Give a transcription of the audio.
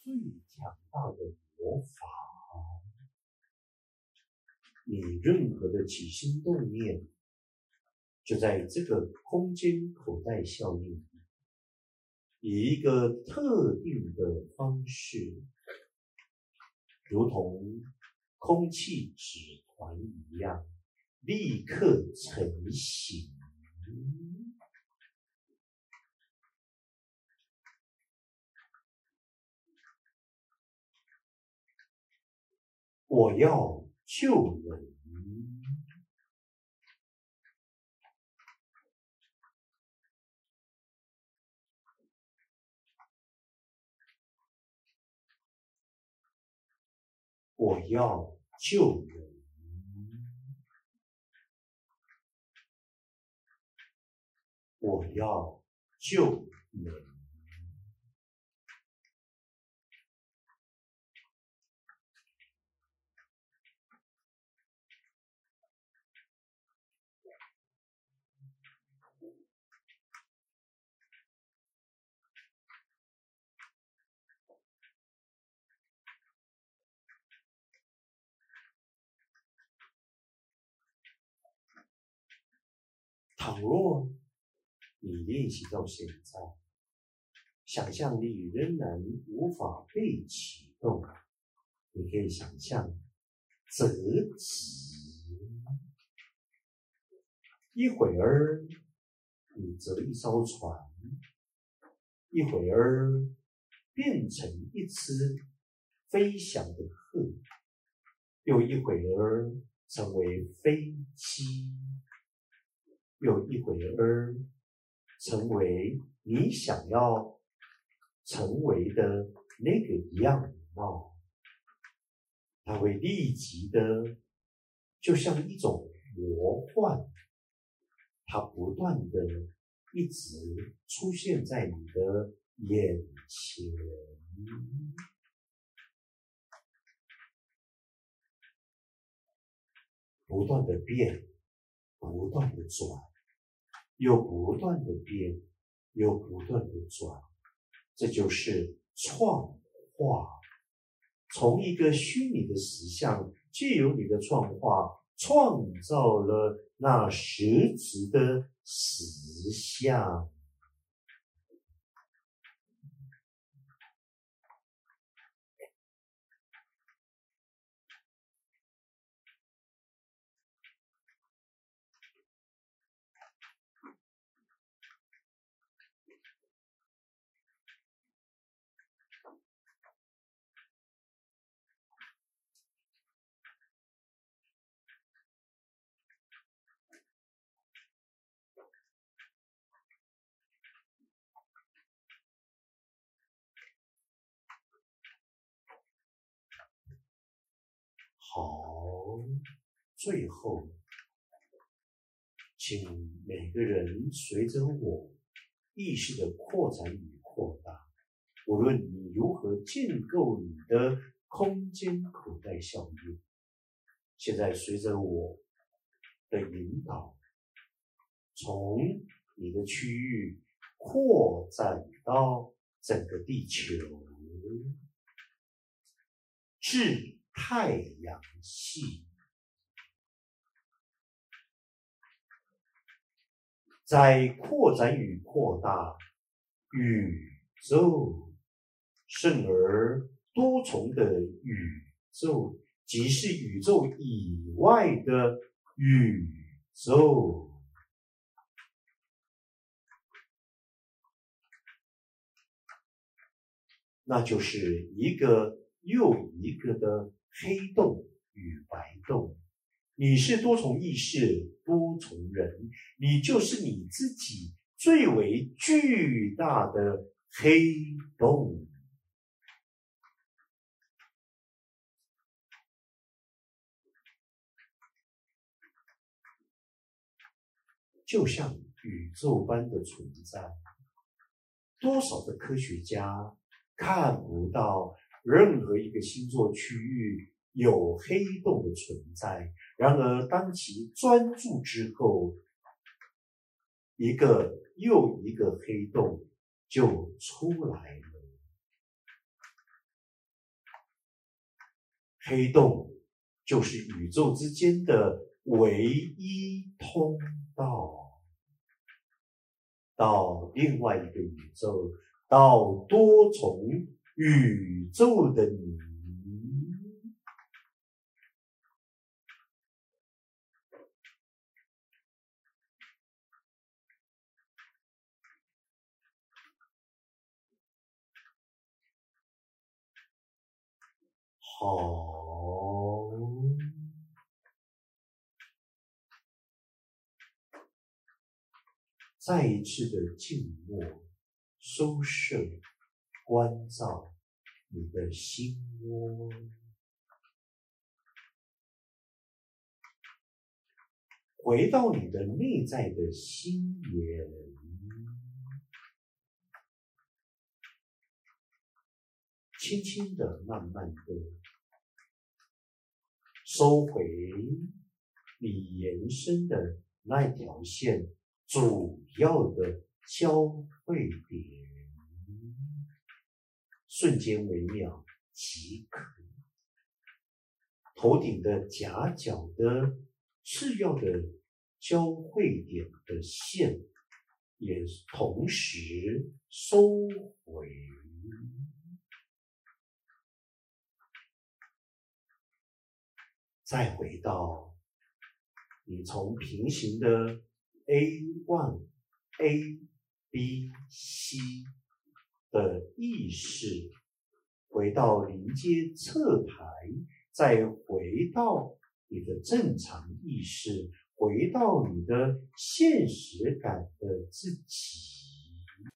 最强大的魔法。你任何的起心动念，就在这个空间口袋效应里，以一个特定的方式，如同空气纸团一样，立刻成型。我要救人。我要救人。我要救人。倘若你练习到现在，想象力仍然无法被启动，你可以想象折纸，一会儿你折一艘船，一会儿变成一只飞翔的鹤，又一会儿成为飞机，又一会儿成为你想要成为的那个样貌。它会立即的，就像一种魔幻，它不断的一直出现在你的眼前，不断的变，不断的转，又不断的变，又不断的转，这就是创化。从一个虚拟的实相，藉由你的创化，创造了那实质的实相。好，最后，请每个人随着我意识的扩展与扩大，无论你如何建构你的空间口袋效应，现在随着我的引导，从你的区域扩展到整个地球，至太阳系，在扩展与扩大，宇宙，甚而多重的宇宙，即是宇宙以外的宇宙。那就是一个又一个的黑洞与白洞。你是多重意识，多重人，你就是你自己最为巨大的黑洞。就像宇宙般的存在，多少的科学家看不到任何一个星座区域有黑洞的存在，然而当其专注之后，一个又一个黑洞就出来了。 黑洞就是宇宙之间的唯一通道，到另外一个宇宙，到多重宇宙的你。好，再一次的静默、收摄、关照你的心窝，回到你的内在的心眼，轻轻的、慢慢的收回你延伸的那条线主要的交汇点，瞬间微秒即可。头顶的夹角的次要的交汇点的线，也同时收回。再回到你从平行的 A1、A、B、C 的意识，回到临接侧台，再回到你的正常意识，回到你的现实感的自己。